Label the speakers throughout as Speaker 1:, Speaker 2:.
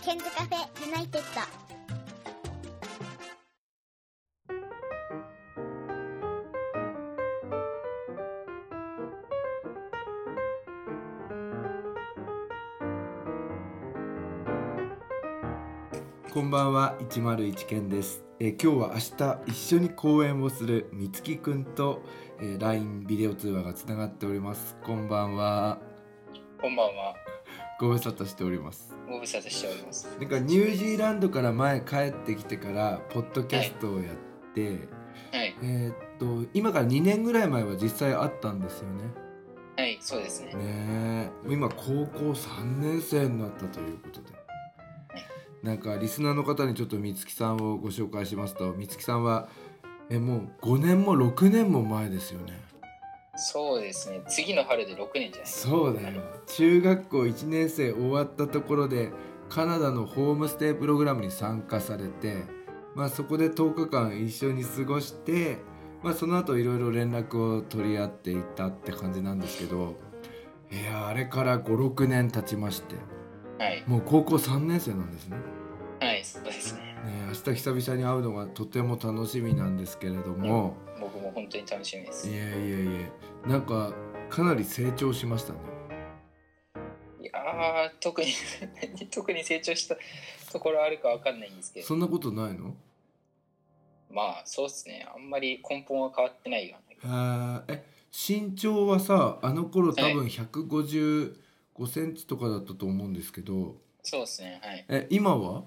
Speaker 1: ケンズカフェユナイテッド。
Speaker 2: こんばんは、101ケンです。今日は明日一緒に講演をするみつきくんと、LINE ビデオ通話がつながっております。こんばんは。
Speaker 3: こんばんは。
Speaker 2: ご無沙汰しております。
Speaker 3: ご無沙汰しております。
Speaker 2: なんかニュージーランドから前帰ってきてからポッドキャストをやって、
Speaker 3: はい、
Speaker 2: 今から2年ぐらい前は実際あったんですよね。
Speaker 3: はい、そうですね。
Speaker 2: ね、今高校3年生になったということで、なんかリスナーの方にちょっとみつきさんをご紹介しますと、みつきさんはもう5年も6年も前ですよね。
Speaker 3: そうですね。次の春で6年じゃないですか。
Speaker 2: そうだよ。中学校1年生終わったところでカナダのホームステイプログラムに参加されて、そこで10日間一緒に過ごして、その後いろいろ連絡を取り合っていったって感じなんですけど、いやあれから5、6年経ちまして、
Speaker 3: はい、
Speaker 2: もう高校3年生なんですね。
Speaker 3: はい、そうですね。
Speaker 2: 明日久々に会うのがとても楽しみなんですけれども、
Speaker 3: 僕も本当に楽しみです。
Speaker 2: いえなんかかなり成長しましたね。
Speaker 3: いや特に成長したところあるかわかんないんですけど、
Speaker 2: そんなことないの？
Speaker 3: そうですね。あんまり根本は変わってないような。
Speaker 2: 身長はさ、あの頃多分
Speaker 3: はい、
Speaker 2: 155センチとかだったと思うんですけど、
Speaker 3: そうですね。はい。
Speaker 2: 今は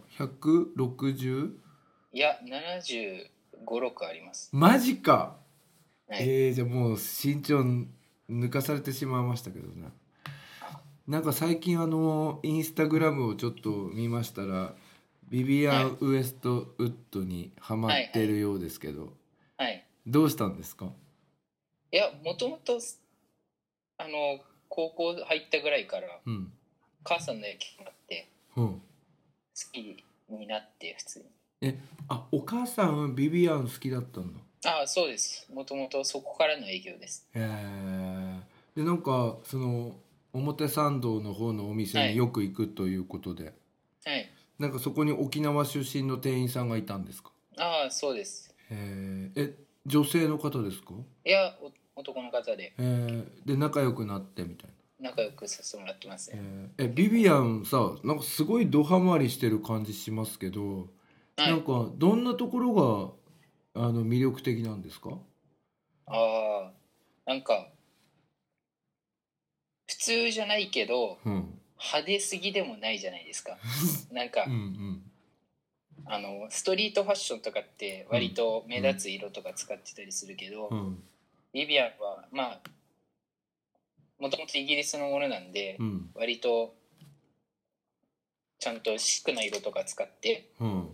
Speaker 2: 160？
Speaker 3: いや、75、6あります。
Speaker 2: マジか。
Speaker 3: はい。
Speaker 2: じゃあもう身長抜かされてしまいましたけどね。なんか最近インスタグラムをちょっと見ましたら、ビビアン・ウエストウッドにハマってるようですけど、
Speaker 3: はい。
Speaker 2: どうしたんですか？
Speaker 3: いや、もともと高校入ったぐらいから母さんの影響があって、好きになって普通に。
Speaker 2: お母さんはビビアン好きだったんだ。
Speaker 3: そうです。もともとそこからの影響です。
Speaker 2: でなんかその表参道の方のお店によく行くということで、
Speaker 3: はい。
Speaker 2: なんかそこに沖縄出身の店員さんがいたんですか？
Speaker 3: そうです。
Speaker 2: 女性の方ですか？
Speaker 3: いや、男の方で
Speaker 2: で仲良くなってみたい
Speaker 3: 仲良くさせてもらってますね。
Speaker 2: な。ビビアンさ、なんかすごいドハマりしてる感じしますけど、
Speaker 3: はい。
Speaker 2: なんかどんなところが魅力的なんですか？
Speaker 3: なんか普通じゃないけど、派手すぎでもないじゃないですか。なんかストリートファッションとかって割と目立つ色とか使ってたりするけど、ビビアンはもともとイギリスのものなんで、割とちゃんとシックな色とか使って、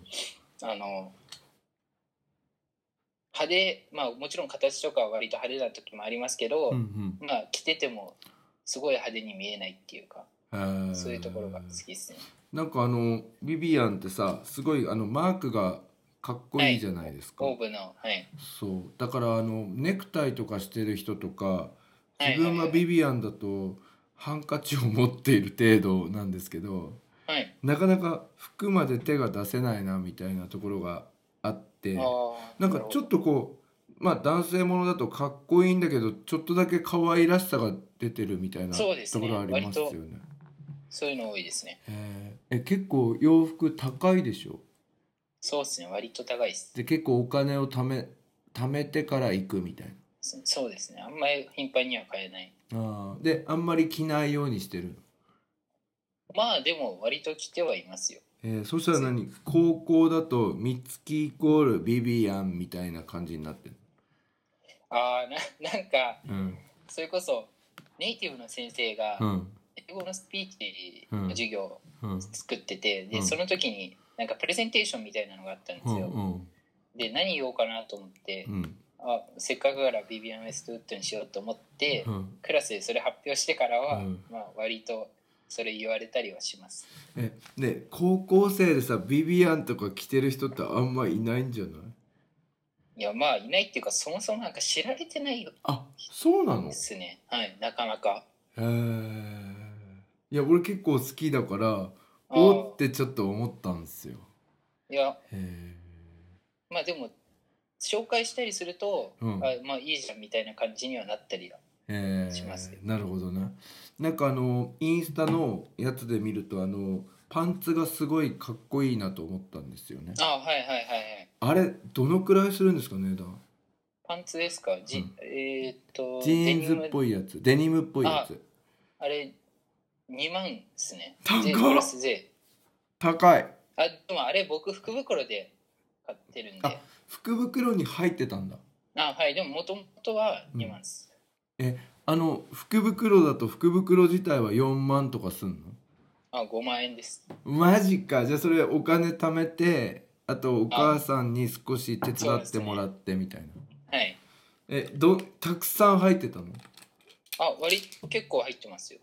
Speaker 3: 派手、もちろん形とかは割と派手な時もありますけど、着ててもすごい派手に見えないっていうか、そういうところが好きですね。
Speaker 2: なんかビビアンってさ、すごいマークがかっこいいじゃないですか。
Speaker 3: オーブの、
Speaker 2: そうだからネクタイとかしてる人とか、自分はビビアンだとハンカチを持っている程度なんですけど、なかなか服まで手が出せないなみたいなところがあって、なんかちょっとこう男性ものだとかっこいいんだけど、ちょっとだけ可愛らしさが出てるみたいなところありますよね。
Speaker 3: そういうの多いですね。
Speaker 2: 結構洋服高いでしょ？
Speaker 3: そうですね、割と高いです。
Speaker 2: で結構お金を貯めてから行くみたいな。
Speaker 3: そうですね、あんまり頻繁には買えない。
Speaker 2: であんまり着ないようにしてる
Speaker 3: の？でも割と着てはいますよ。
Speaker 2: そしたら高校だとみつきイコールビビアンみたいな感じになってる？
Speaker 3: なんか、それこそネイティブの先生が英語のスピーチの授業を作ってて、でその時になんかプレゼンテーションみたいなのがあったんですよ。で何言おうかなと思って、せっかくからビビアン・ウェストウッドにしようと思って、クラスでそれ発表してからは、割とそれ言われたりはします。
Speaker 2: で高校生でさ、ビビアンとか着てる人ってあんまいないんじゃない？
Speaker 3: いやいないっていうか、そもそもなんか知られてないよ。
Speaker 2: そうなの？
Speaker 3: ですね。なかなか。
Speaker 2: いや俺結構好きだから、おっってちょっと思ったんですよ。
Speaker 3: いや、まあでも紹介したりすると、まあいいじゃんみたいな感じにはなったりはします。
Speaker 2: なるほどな。なんかインスタのやつで見るとパンツがすごいかっこいいなと思ったんですよね。
Speaker 3: はいはいはいはい。
Speaker 2: あれどのくらいするんですかね、
Speaker 3: パンツですか？ジー
Speaker 2: ンズっぽいやつ、デニムっぽいやつ。
Speaker 3: あれ2万ですね。
Speaker 2: 高っ。
Speaker 3: 税プラス税。
Speaker 2: 高い。
Speaker 3: でもあれ僕福袋で買ってるんで。
Speaker 2: 福袋に入ってたんだ。
Speaker 3: はい。でももともとは2万です。
Speaker 2: 福袋だと福袋自体は4万とかすんの
Speaker 3: ？5万円です。
Speaker 2: マジか。じゃあそれお金貯めて、あとお母さんに少し手伝ってもらってみたいな。
Speaker 3: はい。
Speaker 2: たくさん入ってたの？
Speaker 3: 結構入ってますよ。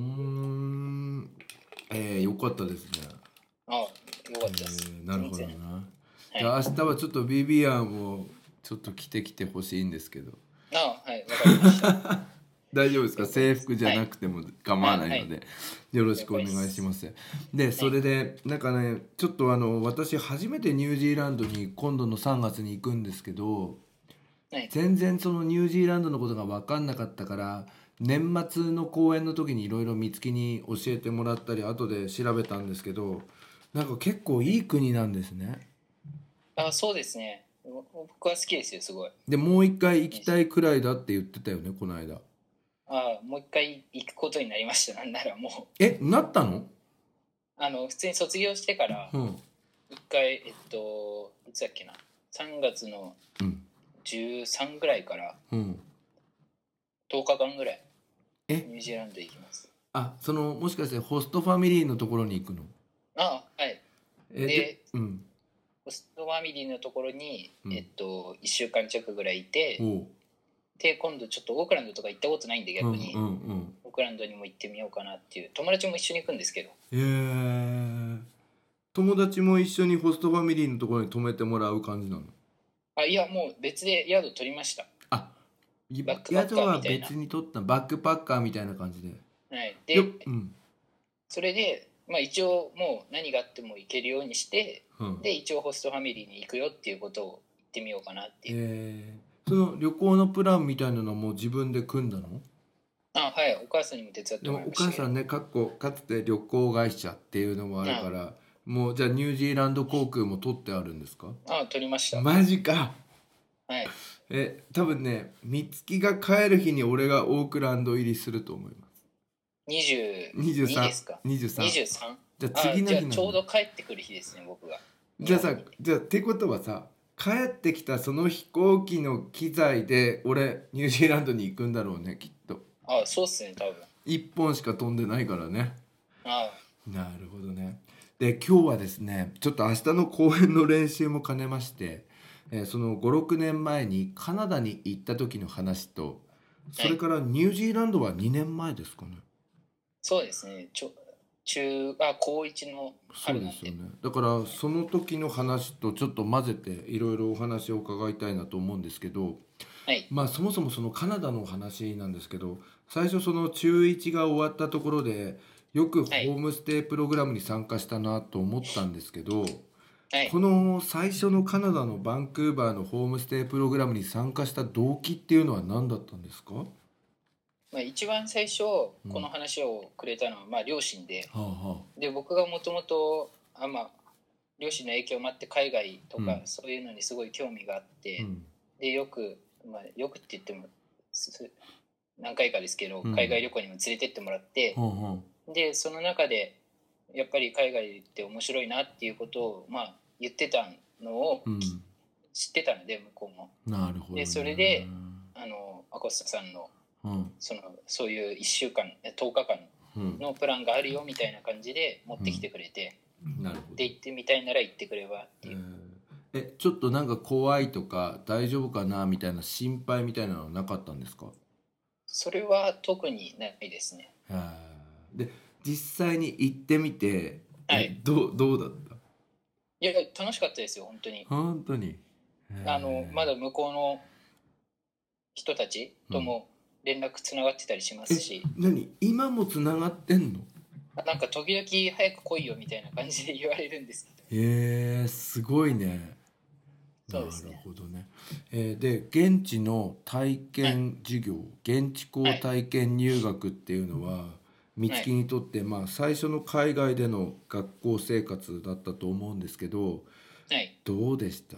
Speaker 2: よかったですね。
Speaker 3: よかったです。
Speaker 2: なるほどな。じゃあ明日はちょっとビビアンをちょっと着てきてほしいんですけど。
Speaker 3: はい、わかりました。
Speaker 2: 大丈夫ですか？制服じゃなくても構わないので、よろしくお願いします。で、それでなんかね、ちょっと私初めてニュージーランドに今度の3月に行くんですけど、全然そのニュージーランドのことが分かんなかったから、年末の公演の時にいろいろ美月に教えてもらったり後で調べたんですけど、なんか結構いい国なんですね。
Speaker 3: そうですね。僕は好きですよ、すごい。
Speaker 2: でもう一回行きたいくらいだって言ってたよね、この間。
Speaker 3: もう一回行くことになりました。なんならも
Speaker 2: うなったの？
Speaker 3: 普通に卒業してから一回、いつだっけな、3月の13ぐらいから10日間ぐらいニュージーランド行きます。
Speaker 2: もしかしてホストファミリーのところに行くの？
Speaker 3: はい。で、ホストファミリーのところに、1週間弱ぐらいいて、で今度ちょっとオークランドとか行ったことないんで、逆に、オークランドにも行ってみようかなっていう。友達も一緒に行くんですけど。
Speaker 2: 友達も一緒にホストファミリーのところに泊めてもらう感じなの？
Speaker 3: いや、もう別で宿取りました。
Speaker 2: 宿は別に取った？バックパッカーみたいな感じで。
Speaker 3: で、それで、一応もう何があっても行けるようにして、で一応ホストファミリーに行くよっていうことを言ってみようかなっていう。
Speaker 2: その旅行のプランみたいなのも自分で組んだの？
Speaker 3: はい、お母さんにも手伝ってもらいました。
Speaker 2: お母さんね、かつて旅行会社っていうのもあるから、もうじゃあニュージーランド航空も取ってあるんですか？
Speaker 3: 取りました。
Speaker 2: マジか。
Speaker 3: はい。
Speaker 2: 多分ね、美月が帰る日に俺がオークランド入りすると思います。
Speaker 3: 22ですか？23。
Speaker 2: じゃあ次の日
Speaker 3: ちょうど帰ってくる日ですね、僕が。
Speaker 2: じゃあってことはさ、帰ってきたその飛行機の機材で俺ニュージーランドに行くんだろうね、きっと。
Speaker 3: そうっすね、多分。
Speaker 2: 1本しか飛んでないからね。なるほどね。で、今日はですね、ちょっと明日の公演の練習も兼ねまして、その5、6年前にカナダに行った時の話と、それからニュージーランドは2年前ですかね。
Speaker 3: そうですね。高1の春なんで。
Speaker 2: そうですよね。だからその時の話とちょっと混ぜていろいろお話を伺いたいなと思うんですけど、そもそもそのカナダの話なんですけど、最初その中1が終わったところでよくホームステイプログラムに参加したなと思ったんですけど、この最初のカナダのバンクーバーのホームステイプログラムに参加した動機っていうのは何だったんですか？
Speaker 3: 一番最初この話をくれたのは両親で、で僕がもともと両親の影響もあって海外とかそういうのにすごい興味があって、でよくって言っても何回かですけど、海外旅行にも連れてってもらって、でその中でやっぱり海外って面白いなっていうことを言ってたのを知ってたので、向こうも。
Speaker 2: なるほどね。
Speaker 3: でそれでアコスタさんのそういう1週間10日間のプランがあるよみたいな感じで持ってきてくれて、で行ってみたいなら行ってくればっていう。
Speaker 2: ちょっとなんか怖いとか大丈夫かなみたいな心配みたいなのはなかったんですか？
Speaker 3: それは特にないですね。
Speaker 2: で実際に行ってみて、どうだった？
Speaker 3: いや楽しかったですよ、本当に。
Speaker 2: 本当に。
Speaker 3: まだ向こうの人たちとも連絡つながってたりしますし。
Speaker 2: 今もつながってんの？
Speaker 3: なんか時々早く来いよみたいな感じで言われるんですけ
Speaker 2: ど。すごいね。
Speaker 3: そうですね。
Speaker 2: なるほどね。で現地の体験授業、現地校体験入学っていうのは、美月にとって、最初の海外での学校生活だったと思うんですけど、どうでした？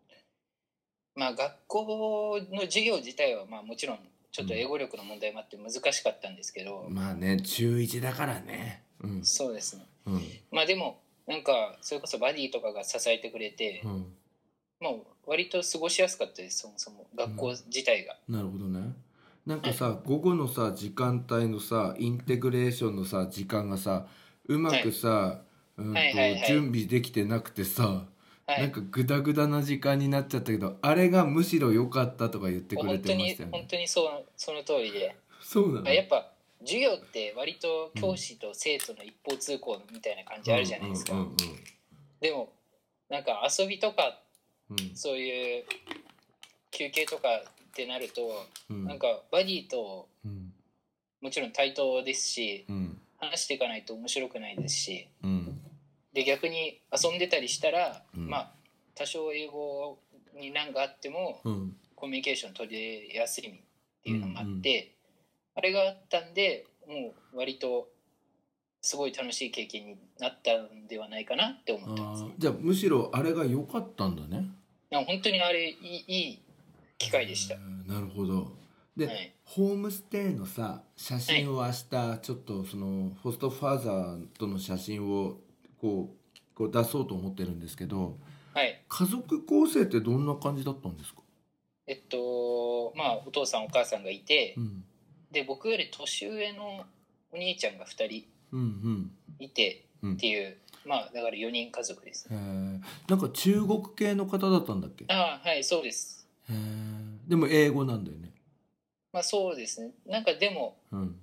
Speaker 3: 学校の授業自体はもちろんちょっと英語力の問題もあって難しかったんですけど、
Speaker 2: まあね、中1だからね。
Speaker 3: そうですね。でもなんかそれこそバディとかが支えてくれて、割と過ごしやすかったです。そもそも学校自体が。
Speaker 2: なるほどね。なんかさ、午後のさ時間帯のさインテグレーションのさ時間がさうまくさ、準備できてなくてさ、なんかグダグダな時間になっちゃったけど、あれがむしろ良かったとか言ってくれてましたよね。
Speaker 3: 本当にその通りで、
Speaker 2: そうなの？
Speaker 3: やっぱ授業って割と教師と生徒の一方通行みたいな感じあるじゃないですか。でもなんか遊びとか、そういう休憩とかってなると、なんかバディともちろん対等ですし、話していかないと面白くないですし、で逆に遊んでたりしたら、多少英語に難があっても、コミュニケーション取りやすいっていうのもあって、あれがあったんでもう割とすごい楽しい経験になったんではないかなって思ってます。
Speaker 2: じゃあむしろあれが良かったんだね。
Speaker 3: 本当にあれいい機会でした。
Speaker 2: なるほど。で、ホームステイのさ写真を明日ちょっとそのホストファーザーとの写真をこう出そうと思ってるんですけど、家族構成ってどんな感じだったんですか？
Speaker 3: お父さんお母さんがいて、で僕より年上のお兄ちゃんが2人いてっていう、だから4人家族です。
Speaker 2: なんか中国系の方だったんだっけ？
Speaker 3: はいそうです。
Speaker 2: でも英語なんだよね。
Speaker 3: そうですね。なんかでも、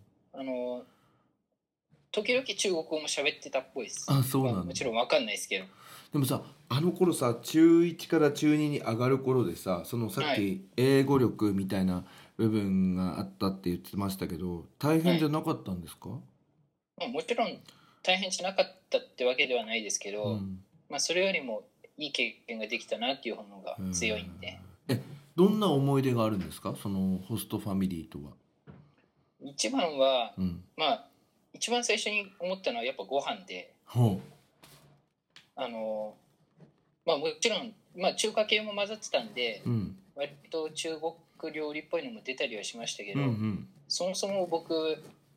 Speaker 3: 時々中国語も喋ってたっぽいです。
Speaker 2: そうなんだ。
Speaker 3: もちろん分かんないですけど。
Speaker 2: でもさ、あの頃さ中1から中2に上がる頃でさ、そのさっき英語力みたいな部分があったって言ってましたけど、大変じゃなかったんですか？
Speaker 3: もちろん大変じゃなかったってわけではないですけど、それよりもいい経験ができたなっていう方が強いんで。
Speaker 2: どんな思い出があるんですか、そのホストファミリーとは。
Speaker 3: 一番は、一番最初に思ったのはやっぱご飯で、もちろん、中華系も混ざってたんで、割と中国料理っぽいのも出たりはしましたけど、そもそも僕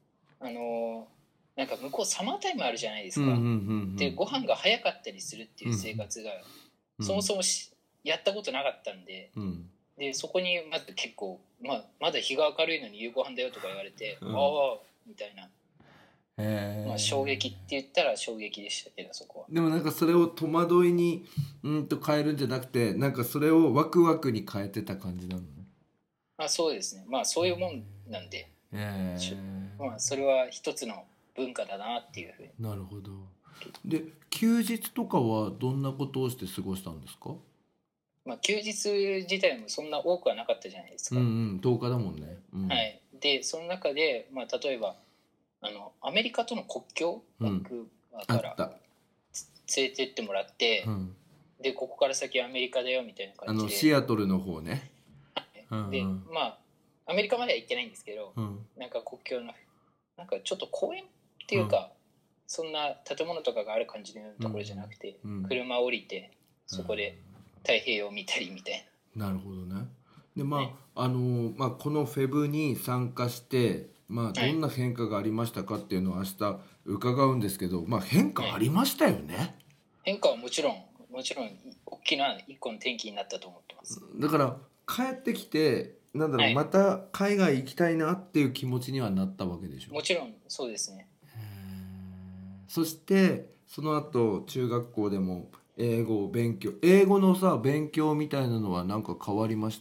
Speaker 3: なんか向こうサマータイムあるじゃないですか。でご飯が早かったりするっていう生活が、そもそもやったことなかったんで、でそこにまず結構、まだ日が明るいのに夕ご飯だよとか言われて、ああみたいな。衝撃って言ったら衝撃でしたけど、そこは。
Speaker 2: でもなんかそれを戸惑いに変えるんじゃなくて、なんかそれをワクワクに変えてた感じなのね。
Speaker 3: そうですね。そういうもんなんで、それは一つの文化だなっていうふうに。
Speaker 2: なるほど。で休日とかはどんなことをして過ごしたんですか？
Speaker 3: 休日自体もそんな多くはなかったじゃないですか。
Speaker 2: 10日だもんね。
Speaker 3: でその中で、例えばアメリカとの国境枠から連れてってもらって、でここから先アメリカだよみたいな感じで、
Speaker 2: シアトルの方ね。
Speaker 3: でアメリカまでは行ってないんですけど、なんか国境のなんかちょっと公園っていうか、そんな建物とかがある感じのところじゃなくて、車降りてそこで太平洋見たりみたいな。
Speaker 2: なるほどね。でこのフェブに参加してどんな変化がありましたかっていうのを明日伺うんですけど、変化ありましたよね。
Speaker 3: 変化はもちろん大きな一個の転機になったと思ってます。
Speaker 2: だから帰ってきてまた海外行きたいなっていう気持ちにはなったわけでしょ。
Speaker 3: もちろんそうですね。
Speaker 2: そしてその後中学校でも英語のさ勉強みたいなのは何か変わりました？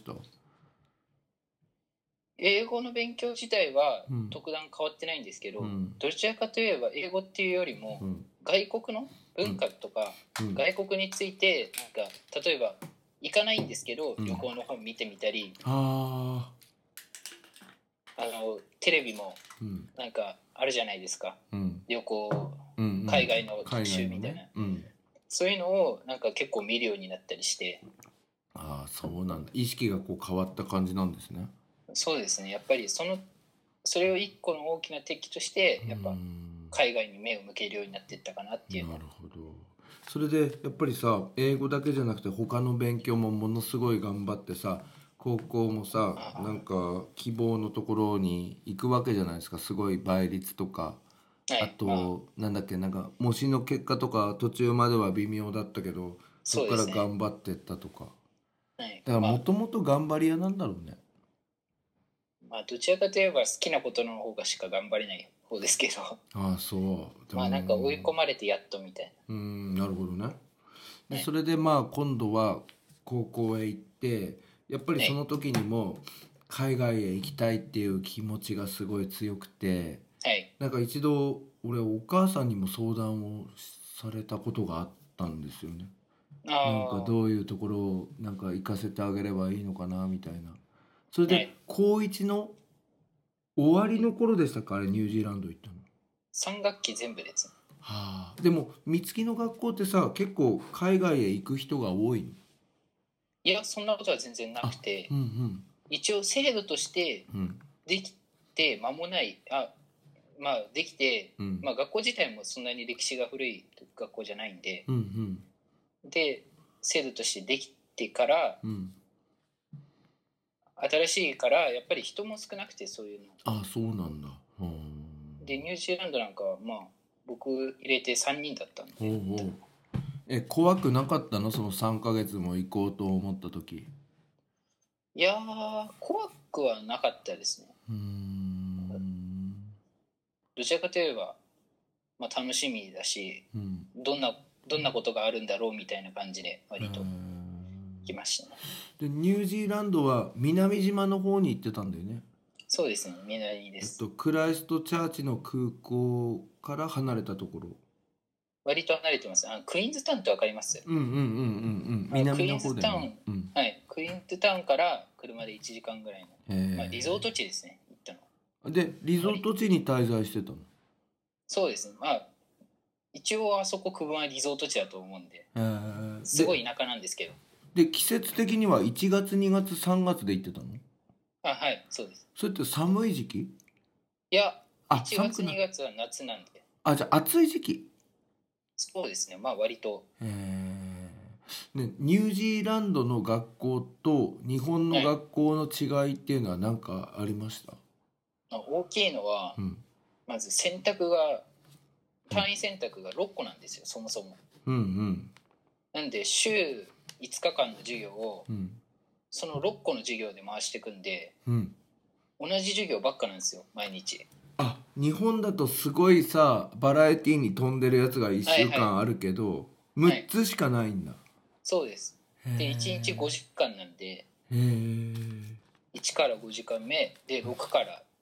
Speaker 3: 英語の勉強自体は特段変わってないんですけど、どちらかといえば英語っていうよりも、外国の文化とか、外国についてなんか例えば行かないんですけど、旅行の本見てみたり、テレビもなんかあるじゃないですか、旅行、海外の特集みたいな、そういうのをなんか結構見るようになったりして。
Speaker 2: ああ、そうなんだ。意識がこう変わった感じなんですね。
Speaker 3: そうですね、やっぱりそれを一個の大きな敵としてやっぱ海外に目を向けるようになっていったかなっていう。
Speaker 2: なるほど。それでやっぱりさ、英語だけじゃなくて他の勉強もものすごい頑張ってさ、高校もさ、なんか希望のところに行くわけじゃないですか。すごい倍率とか、あとなんだっけ、なんか模試の結果とか途中までは微妙だったけど、そこから頑張ってったとか。だからもともと頑張り屋なんだろうね。
Speaker 3: どちらかといえば好きなことの方がしか頑張れない方ですけど。
Speaker 2: ああ、そう。
Speaker 3: なんか追い込まれてやっとみたいな。
Speaker 2: なるほどね。でそれで今度は高校へ行って、やっぱりその時にも海外へ行きたいっていう気持ちがすごい強くて、なんか一度俺お母さんにも相談をされたことがあったんですよね。なんかどういうところをなんか行かせてあげればいいのかなみたいな。それで高1の終わりの頃でしたか、あれニュージーランド行ったの。
Speaker 3: 3学期全部です。
Speaker 2: でも三月の学校ってさ、結構海外へ行く人が多いの？
Speaker 3: いや、そんなことは全然なくて、一応制度としてできて間もない、できて、学校自体もそんなに歴史が古い学校じゃないんで、で制度としてできてから、新しいからやっぱり人も少なくて、そういうの。
Speaker 2: そうなんだ。
Speaker 3: でニュージーランドなんかは僕入れて3人だったんで。
Speaker 2: 怖くなかったの、その3ヶ月も行こうと思った時？
Speaker 3: いやー、怖くはなかったですね。どちらかといえば、楽しみだし、どんなことがあるんだろうみたいな感じで割と来ましたね。
Speaker 2: でニュージーランドは南島の方に行ってたんだよね。
Speaker 3: そうですね、南です。
Speaker 2: クライストチャーチの空港から離れたところ。
Speaker 3: 割と離れてます。クイーンズタウンってわかります？
Speaker 2: 南の方で、ね。
Speaker 3: クイーンズタウンから車で1時間ぐらいの、リゾート地ですね、行ったの。
Speaker 2: でリゾート地に滞在してたの？
Speaker 3: そうですね。一応あそこ区分はリゾート地だと思うんで、すごい田舎なんですけど。
Speaker 2: で季節的には1月2月3月で行ってたの？
Speaker 3: はい、そうです。
Speaker 2: それって寒い時期？
Speaker 3: いや、1月2月は夏なんで。
Speaker 2: じゃあ暑い時期？
Speaker 3: そうですね、割と。
Speaker 2: ね、ニュージーランドの学校と日本の学校の違いっていうのは何かありました？
Speaker 3: 大きいのは、まず単位選択が6個なんですよ、そもそも。なんで週5日間の授業を、その6個の授業で回していくんで、同じ授業ばっかなんですよ、毎日。
Speaker 2: 日本だとすごいさ、バラエティーに飛んでるやつが1週間あるけど、6つしかないんだ。
Speaker 3: そうです。で1日5時間なんで、1から5時間目で6から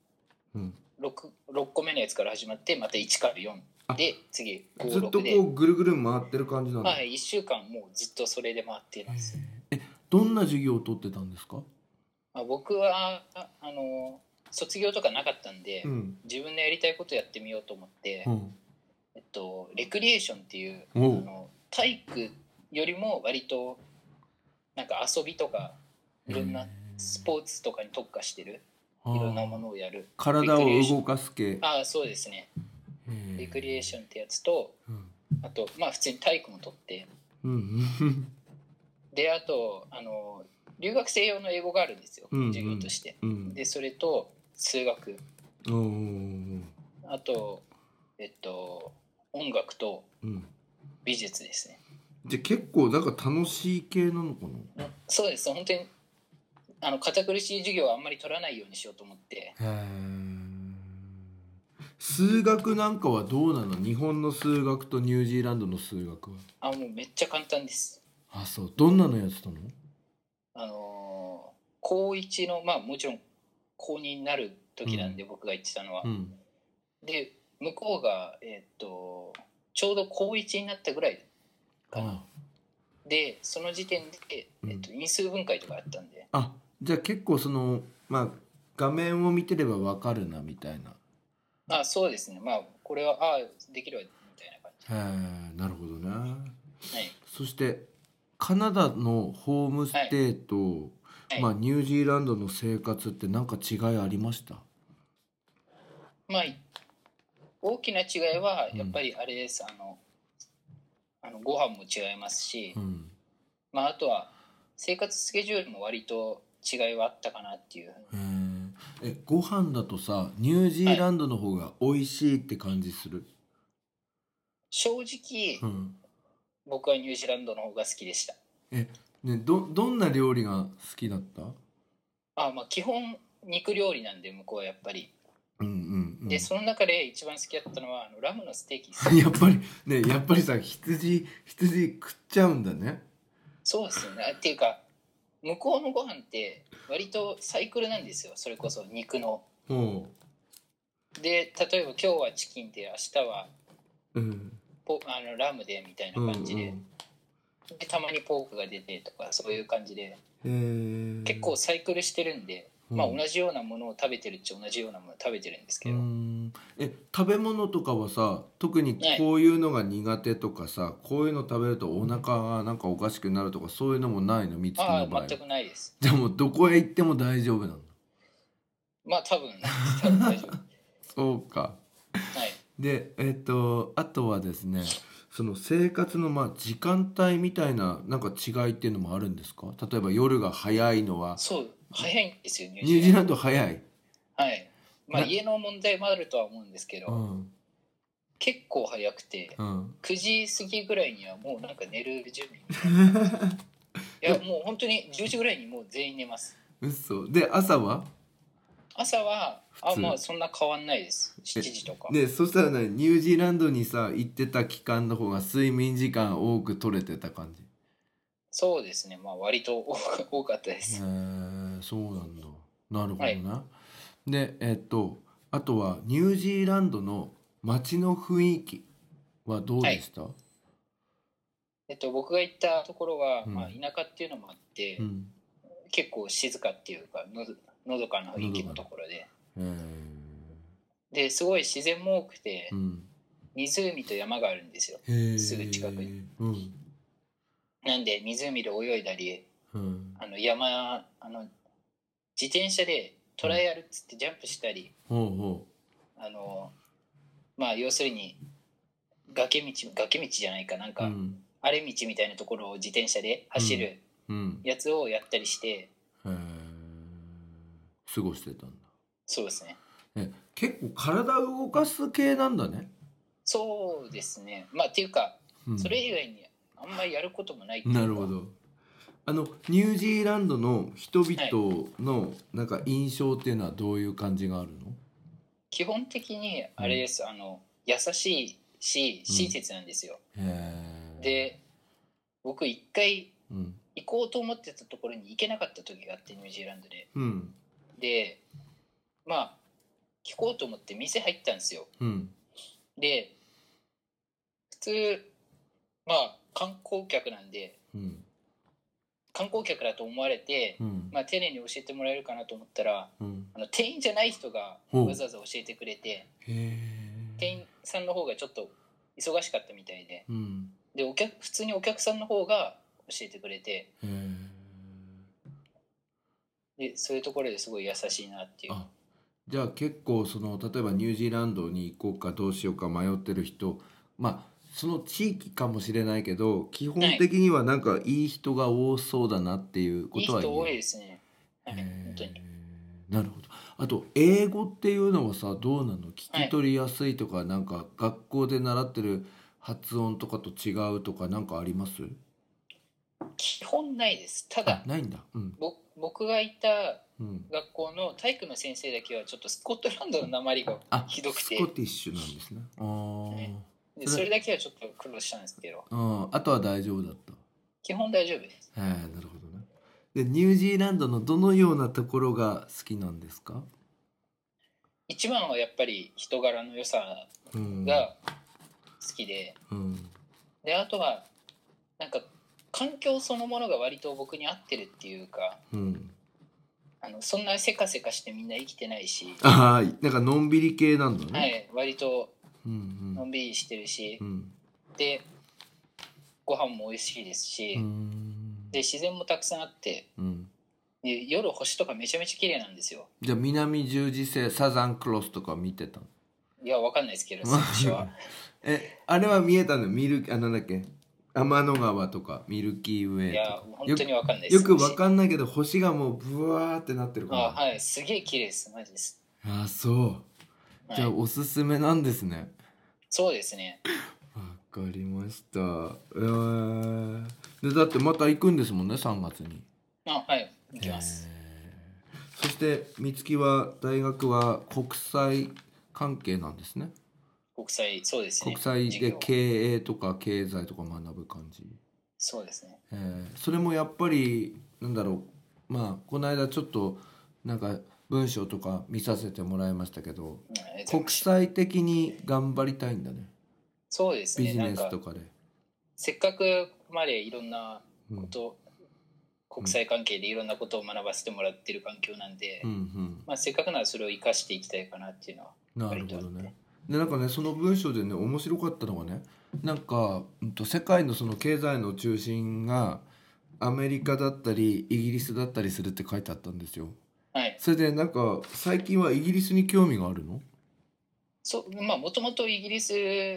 Speaker 3: 、6個目のやつから始まって、また1から4で次5、6で
Speaker 2: ずっとこうぐるぐる回ってる感じなんだ。
Speaker 3: 1週間もうずっとそれで回ってます。
Speaker 2: どんな授業を取ってたんですか？
Speaker 3: 僕は卒業とかなかったんで、自分でやりたいことやってみようと思って、レクリエーションっていう体育よりも割となんか遊びとかいろんなスポーツとかに特化してるいろんなものをやる
Speaker 2: 体を動かす系。
Speaker 3: そうですね。レクリエーションってやつと、あと普通に体育も取って、であと留学生用の英語があるんですよ、授業として。でそれと数学、あと音楽と美術ですね。
Speaker 2: じゃあ結構なんか楽しい系なのかな？
Speaker 3: そうです。本当に堅苦しい授業はあんまり取らないようにしようと思って。
Speaker 2: 数学なんかはどうなの？日本の数学とニュージーランドの数学は。
Speaker 3: もうめっちゃ簡単です。
Speaker 2: そう。どんなのやってたの？
Speaker 3: 高1のもちろん高2になる時なんで、僕が言ってたのは、で向こうがちょうど高1になったぐらいかな。でその時点で、因数分解とかあったんで。
Speaker 2: じゃあ結構その画面を見てれば分かるなみたいな。
Speaker 3: そうですね。これはできるわみたいな感
Speaker 2: じ。なるほどね。
Speaker 3: はい。
Speaker 2: そしてカナダのホームステイと、はい、ニュージーランドの生活って何か違いありました？
Speaker 3: 大きな違いはやっぱりあれです。ご飯も違いますし、あとは生活スケジュールも割と違いはあったかなっていう。
Speaker 2: ご飯だとさ、ニュージーランドの方が美味しいって感じする？
Speaker 3: 正直、僕はニュージーランドの方が好きでした。
Speaker 2: どんな料理が好きだった？
Speaker 3: 基本肉料理なんで、向こうはやっぱり。でその中で一番好きだったのはラムのステーキです。
Speaker 2: やっぱりさ、羊食っちゃうんだね。
Speaker 3: そうですよね。っていうか向こうのご飯って割とサイクルなんですよ。それこそ肉の。で例えば今日はチキンで、明日はラムでみたいな感じで、でたまにポークが出てとか、そういう感じで結構サイクルしてるんで、同じようなものを食べてるっちゃ同じようなものを食べてるんですけど。
Speaker 2: 食べ物とかはさ、特にこういうのが苦手とかさ、こういうの食べるとお腹がなんかおかしくなるとか、そういうのもないの？美月の場合。
Speaker 3: 全くないです。
Speaker 2: じゃあもうどこへ行っても大丈夫なの？
Speaker 3: 多分大丈夫。
Speaker 2: そうか。であとはですね、その生活の時間帯みたいななんか違いっていうのもあるんですか？例えば夜が早いのは。
Speaker 3: そう早いんですよ、
Speaker 2: ニュージーランド早い。
Speaker 3: はい。家の問題もあるとは思うんですけど、結構早くて、9時過ぎぐらいにはもうなんか寝る準備みたいな感じ。いやもう本当に10時ぐらいにもう全員寝ます。
Speaker 2: 嘘で、朝は
Speaker 3: そんな変わんないです。7時とか。
Speaker 2: そしたらね、ニュージーランドにさ行ってた期間の方が睡眠時間多く取れてた感じ？
Speaker 3: そうですね、割と多かったです。
Speaker 2: そうなんだ。なるほどね。であとはニュージーランドの街の雰囲気はどうでした？
Speaker 3: 僕が行ったところは、田舎っていうのもあって、結構静かっていうかのどかな雰囲気のところで、ですごい自然も多くて、湖と山があるんですよ、すぐ近くに。なんで湖で泳いだり、自転車でトライアルっつってジャンプしたり、要するに崖道じゃないかなんか、荒れ道みたいなところを自転車で走るやつをやったりして、
Speaker 2: 過ごしてたんだ。
Speaker 3: そうですね。
Speaker 2: 結構体を動かす系なんだね。
Speaker 3: そうですね。っていうか、それ以外にあんまりやることもないっていうか。
Speaker 2: なるほど。ニュージーランドの人々のなんか印象っていうのはどういう感じがあるの？
Speaker 3: 基本的にあれです、優しいし親切なんですよ。で僕一回行こうと思ってたところに行けなかった時があって、ニュージーランドで。で聞こうと思って店入ったんですよ。で普通観光客なんで、観光客だと思われて、丁寧に教えてもらえるかなと思ったら、店員じゃない人がわざわざ教えてくれて、店員さんの方がちょっと忙しかったみたいで、普通にお客さんの方が教えてくれて、でそういうところですごい優しいなっていう。
Speaker 2: じゃあ結構例えばニュージーランドに行こうかどうしようか迷ってる人、その地域かもしれないけど、基本的にはなんかいい人が多そうだなっていうことは
Speaker 3: 言える。いい人多いですね。本当に。
Speaker 2: なるほど。あと英語っていうのはさ、どうなの？聞き取りやすいとか、なんか学校で習ってる発音とかと違うとかなんかあります？
Speaker 3: 基本ないです。ただ
Speaker 2: ないんだ。
Speaker 3: 僕がいた学校の体育の先生だけはちょっとスコットランドの訛りがひどくて。
Speaker 2: スコティッシュなんですね。
Speaker 3: でそれだけはちょっと苦労したんですけど、
Speaker 2: あとは大丈夫だった？
Speaker 3: 基本大丈夫です。
Speaker 2: なるほどね。でニュージーランドのどのようなところが好きなんですか？
Speaker 3: 一番はやっぱり人柄の良さが好きで、であとはなんか環境そのものが割と僕に合ってるっていうか、 そんなせかせかしてみんな生きてないし、
Speaker 2: ああ、なんかのんびり系なんだね。
Speaker 3: はい、割とのんびりしてるし、でご飯も美味しいですし、で自然もたくさんあって、で夜星とかめちゃめちゃ綺麗なんですよ。
Speaker 2: じゃあ南十字星サザンクロスとか見てたの？
Speaker 3: いや、わかんないですけど、最初は
Speaker 2: あれは見えたの？なんだっけ、天の川とかミルキーウェイとか。
Speaker 3: いや本当にわかんないです。
Speaker 2: よくわかんないけど星がもうブワーってなってるから。
Speaker 3: はい、すげえ綺麗です、マジです。
Speaker 2: あ、そう、じゃあおすすめなんですね。
Speaker 3: そうですね。
Speaker 2: わかりました。でだってまた行くんですもんね、3月に。
Speaker 3: はい、行きます。
Speaker 2: そして美月は大学は国際関係なんですね。
Speaker 3: 国際、そうですね。
Speaker 2: 国際で経営とか経済とか学ぶ感じ。
Speaker 3: そうですね。
Speaker 2: それもやっぱりなんだろう、まあこの間ちょっとなんか文章とか見させてもらいましたけど、国際的に頑張りたいんだね。
Speaker 3: そうですね。
Speaker 2: ビジネスとかで
Speaker 3: せっかくまでいろんなこと、国際関係でいろんなことを学ばせてもらってる環境なんで、まあ、せっかくならそれを生かしていきたいかなっていうのは。
Speaker 2: なるほどね。でなんかね、その文章でね面白かったのがね、なんか、世界のその経済の中心がアメリカだったりイギリスだったりするって書いてあったんですよ。
Speaker 3: はい。
Speaker 2: それでなんか最近はイギリスに興味があるの？
Speaker 3: まあもともとイギリス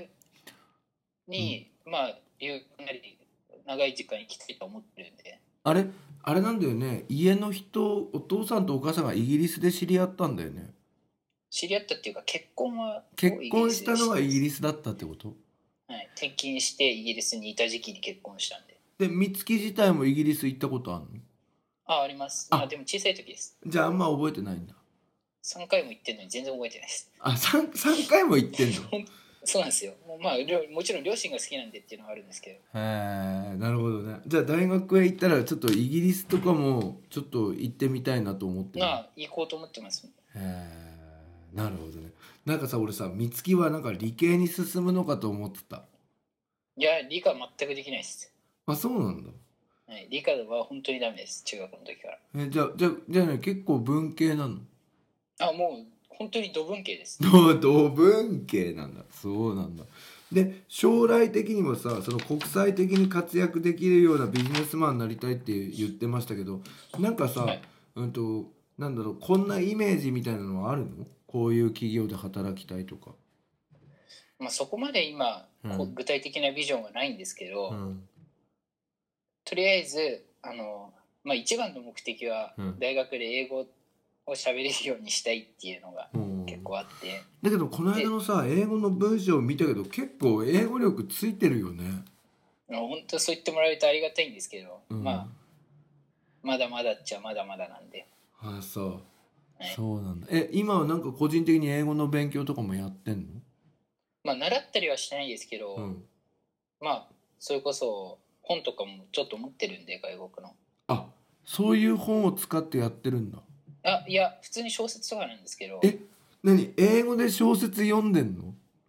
Speaker 3: に、まあかなり長い時間生きていたと思ってるんで。
Speaker 2: あれなんだよね、家の人、お父さんとお母さんがイギリスで知り合ったんだよね。
Speaker 3: 知り合ったっていうか結婚
Speaker 2: したのはイギリスだったってこと？
Speaker 3: はい、転勤してイギリスにいた時期に結婚したんで。
Speaker 2: で美月自体もイギリス行ったことあるの？
Speaker 3: あります。まあでも小さい時です。
Speaker 2: じゃああんま覚えてないんだ。
Speaker 3: 3回も行ってんのに全然覚えてないです。
Speaker 2: 3回も行ってんの？
Speaker 3: そうなんですよ。まあもちろん両親が好きなんでっていうのはあるんですけど。
Speaker 2: へえ、なるほどね。じゃあ大学へ行ったらちょっとイギリスとかもちょっと行ってみたいなと思ってる。
Speaker 3: 行こうと思ってます。
Speaker 2: へえ、なるほどね。なんかさ、俺さ、美月はなんか理系に進むのかと思ってた。
Speaker 3: いや、理科全くできないです。
Speaker 2: あ、そうなんだ。
Speaker 3: はい、理科は本当にダメです、中学の時から。
Speaker 2: じゃあね、結構文系なの？
Speaker 3: もう本当に土文系です。
Speaker 2: 土文系なんだ。そうなんだ。で将来的にもさ、その国際的に活躍できるようなビジネスマンになりたいって言ってましたけど、なんかさ、はい、なんだろう、こんなイメージみたいなのはあるの？こういう企業で働きたいとか。
Speaker 3: まあそこまで今、具体的なビジョンはないんですけど、とりあえずまあ、一番の目的は大学で英語を喋れるようにしたいっていうのが結構あって、
Speaker 2: だけどこの間のさ英語の文章を見たけど結構英語力ついてるよね。
Speaker 3: 本当そう言ってもらえるとありがたいんですけど、まあまだまだっちゃまだまだなんで。
Speaker 2: そう、はい、そうなんだ。今はなんか個人的に英語の勉強とかもやってんの？
Speaker 3: まあ習ったりはしてないですけど、まあそれこそ本とかもちょっと持ってるんで、外国の。
Speaker 2: そういう本を使ってやってるんだ。
Speaker 3: いや普通に小説とかなんですけど。
Speaker 2: 何、英語で小説読んでんの？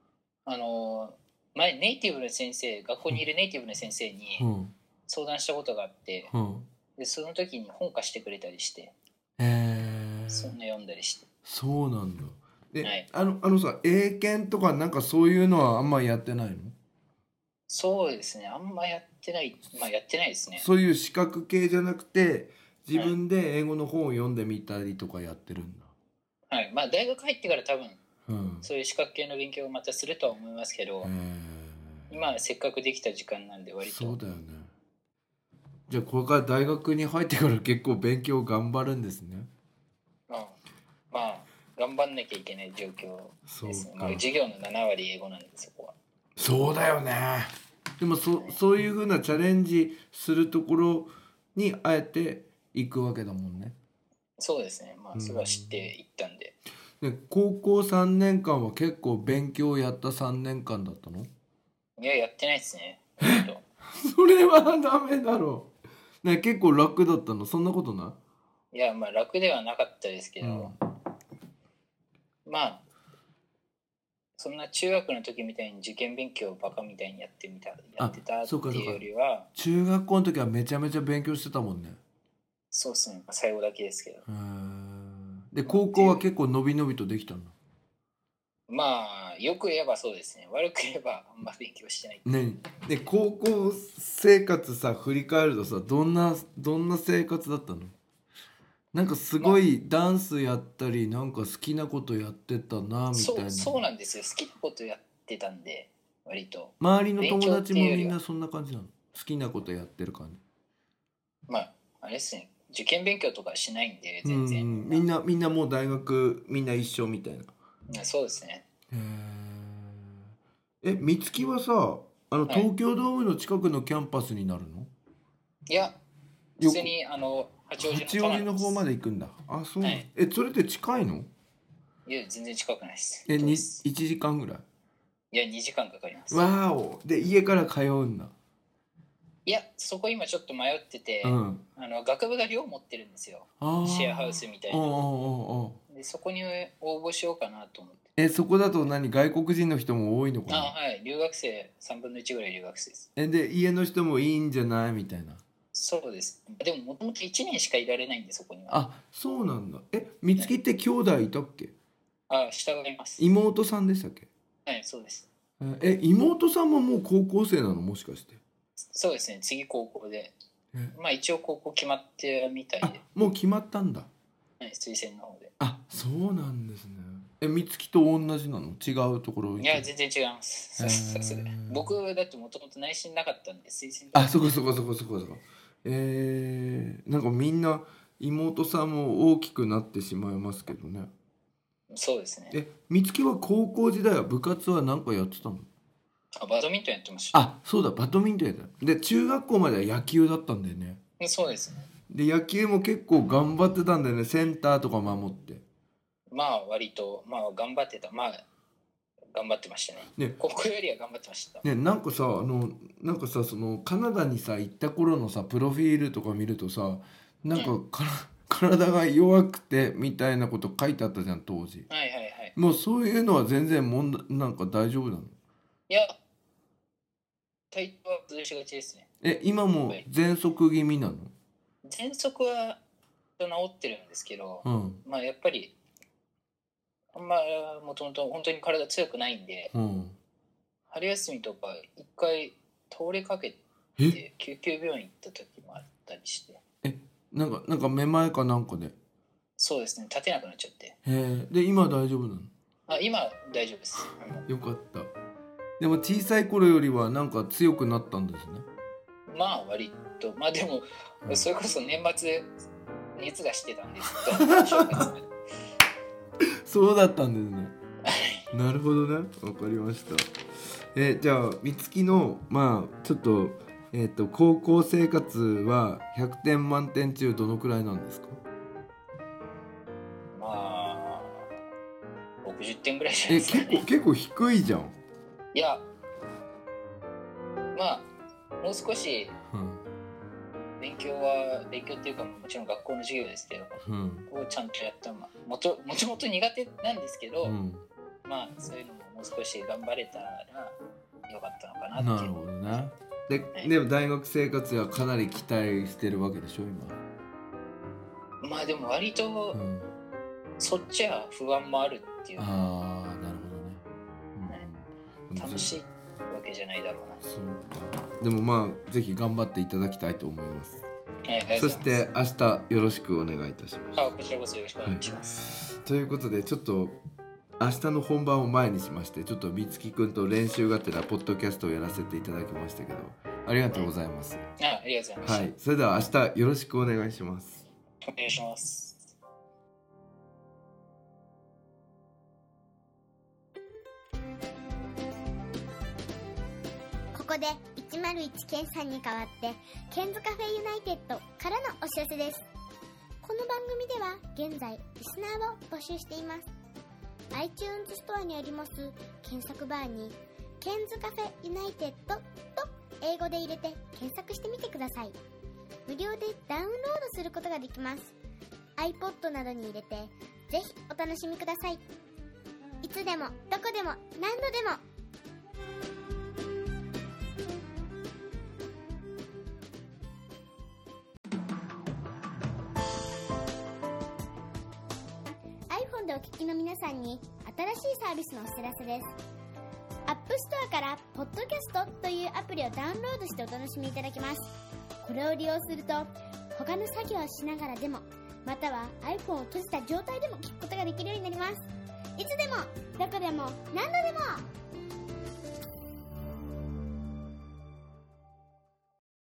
Speaker 3: 前ネイティブの先生、学校にいるネイティブの先生に相談したことがあって、でその時に本貸してくれたりして、そんな読んだりして。
Speaker 2: そうなんだ。で、
Speaker 3: はい、
Speaker 2: さ、英検とかなんかそういうのはあんまやってないの？
Speaker 3: そうですね、あんまやってない、やってないですね。
Speaker 2: そういう資格系じゃなくて自分で英語の本を読んでみたりとかやってるんだ。
Speaker 3: はい、まあ大学入ってから多分、そういう資格系の勉強をまたするとは思いますけど、今はせっかくできた時間なんで割と。
Speaker 2: そうだよね。じゃあこれから大学に入ってから結構勉強頑張るんですね。
Speaker 3: まあ頑張んなきゃいけない状況ですね。授業の7割英語なんで、そこは。そう
Speaker 2: だよね。でもそういう風なチャレンジするところにあえて行くわけだもんね。
Speaker 3: そうですね。それは知っていったんで。
Speaker 2: 高校3年間は結構勉強をやった3年間だったの？
Speaker 3: いや、やってないですね。
Speaker 2: それはダメだろう。結構楽だったの？そんなことない？
Speaker 3: いや、楽ではなかったですけど、そんな中学の時みたいに受験勉強をバカみたいにやってたっていうよりは。
Speaker 2: 中学校の時はめちゃめちゃ勉強してたもんね。
Speaker 3: そうっすね、最後だけですけど。
Speaker 2: で高校は結構伸び伸びとできたんだ。
Speaker 3: まあよく言えばそうですね。悪く言えばあんま勉強してない。
Speaker 2: ね。で高校生活さ振り返るとさどんな生活だったの？なんかすごいダンスやったりなんか好きなことやってたなみたいな。
Speaker 3: そうなんですよ。好きなことやってたんで割と。
Speaker 2: 周りの友達もみんなそんな感じなの？好きなことやってる感じ。
Speaker 3: まああれですね。受験勉強とかしないんで全然。
Speaker 2: みんなもう大学みんな一緒みたいな。
Speaker 3: そうですね。
Speaker 2: 美月はさ東京ドームの近くのキャンパスになるの？
Speaker 3: いや普通に八王子
Speaker 2: の方まで行くんだ。あ、そう、はい、それって近いの？
Speaker 3: いや全然近くないです。
Speaker 2: 1時間ぐらい？
Speaker 3: いや2時間かかります。
Speaker 2: わーお。で家から通うんだ。
Speaker 3: いやそこ今ちょっと迷ってて、学部が寮持ってるんですよ。シェアハウスみたいな。でそこに応募しようかなと思って。
Speaker 2: そこだと外国人の人も多いのかな？
Speaker 3: はい留学生3分の1ぐらい留学生です。
Speaker 2: で家の人もいいんじゃないみたいな。
Speaker 3: そうです。でももともと1年しかいられないんでそこには。
Speaker 2: あ、そうなんだ。美月って兄弟いたっけ？
Speaker 3: 下がいます。
Speaker 2: 妹さんでしたっけ？
Speaker 3: はいそうです。
Speaker 2: 妹さんももう高校生なの？もしかして。
Speaker 3: そうですね。次高校でまあ一応高校決まってみたいで。
Speaker 2: もう決まったんだ。
Speaker 3: はい推薦の方で。
Speaker 2: あ、そうなんですね。美月と同じなの？違うところ？
Speaker 3: いや全然違います。僕だってもともと内心なかったんで推薦。
Speaker 2: あ、そこ。なんかみんな妹さんも大きくなってしまいますけどね。
Speaker 3: そうですね。
Speaker 2: 美月は高校時代は部活は何かやってたの？
Speaker 3: バドミントンやってました。
Speaker 2: あ、そうだ、バドミントンやった。で中学校までは野球だったんだよね。
Speaker 3: そうですね。
Speaker 2: で野球も結構頑張ってたんだよね。センターとか守って。
Speaker 3: まあ割と頑張ってた。頑張ってましたね。高校よりは頑張ってました。
Speaker 2: なんかさそのカナダにさ行った頃のさプロフィールとか見るとさなんか、体が弱くてみたいなこと書いてあったじゃん当時。
Speaker 3: はい。
Speaker 2: もうそういうのは全然なんか大丈夫なの？
Speaker 3: いや体調は崩しがちです
Speaker 2: ね。今も喘息気味なの？
Speaker 3: 喘息は治ってるんですけど、まあやっぱりもともと本当に体強くないんで、春休みとか一回倒れかけて救急病院行った時もあったりして。
Speaker 2: なんかめまいかなんかで？
Speaker 3: そうですね、立てなくなっちゃって。
Speaker 2: で今大丈夫なの？
Speaker 3: 今大丈夫です。
Speaker 2: よかった。でも小さい頃よりはなんか強くなったんですね。
Speaker 3: 割とでも、それこそ年末熱がしてたんです
Speaker 2: そうだったんですね。なるほどね、わかりました。じゃあ美月のちょっと高校生活は100点満点中どのくらいなんですか
Speaker 3: ？60点ぐらいじゃないですかね。
Speaker 2: 結構低いじゃん。
Speaker 3: いやもう少し勉強っていうかもちろん学校の授業ですけど、をちゃんとやったもともと苦手なんですけど、そういうのももう少し頑張れたらよかったのかなっていう。
Speaker 2: なるほどね。でも大学生活はかなり期待してるわけでしょ
Speaker 3: 今。でも割と、そっちは不安もあるっていう。
Speaker 2: なるほどね。
Speaker 3: 楽しいわけじゃないだろうな。
Speaker 2: そうか。でもぜひ頑張っていただきたいと思います。そして明日よろしくお願いいたします。
Speaker 3: こちらこそよろしくお願いします。
Speaker 2: ということでちょっと明日の本番を前にしましてちょっと美月くんと練習がてらポッドキャストをやらせていただきましたけどありがとうございます。
Speaker 3: ありがとうございます。
Speaker 2: それでは明日よろしくお願いします。
Speaker 3: お願いします。
Speaker 1: ここで101ケンさんに代わってケンズカフェユナイテッドからのお知らせです。この番組では現在リスナーを募集しています。 iTunes ストアにあります検索バーにケンズカフェユナイテッドと英語で入れて検索してみてください。無料でダウンロードすることができます。 iPod などに入れてぜひお楽しみください。いつでもどこでも何度でもお聞きの皆さんに新しいサービスのお知らせです。アップストアからポッドキャストというアプリをダウンロードしてお楽しみいただけます。これを利用すると他の作業をしながらでも、または iPhone を閉じた状態でも聞くことができるようになります。いつでもどこでも何度でも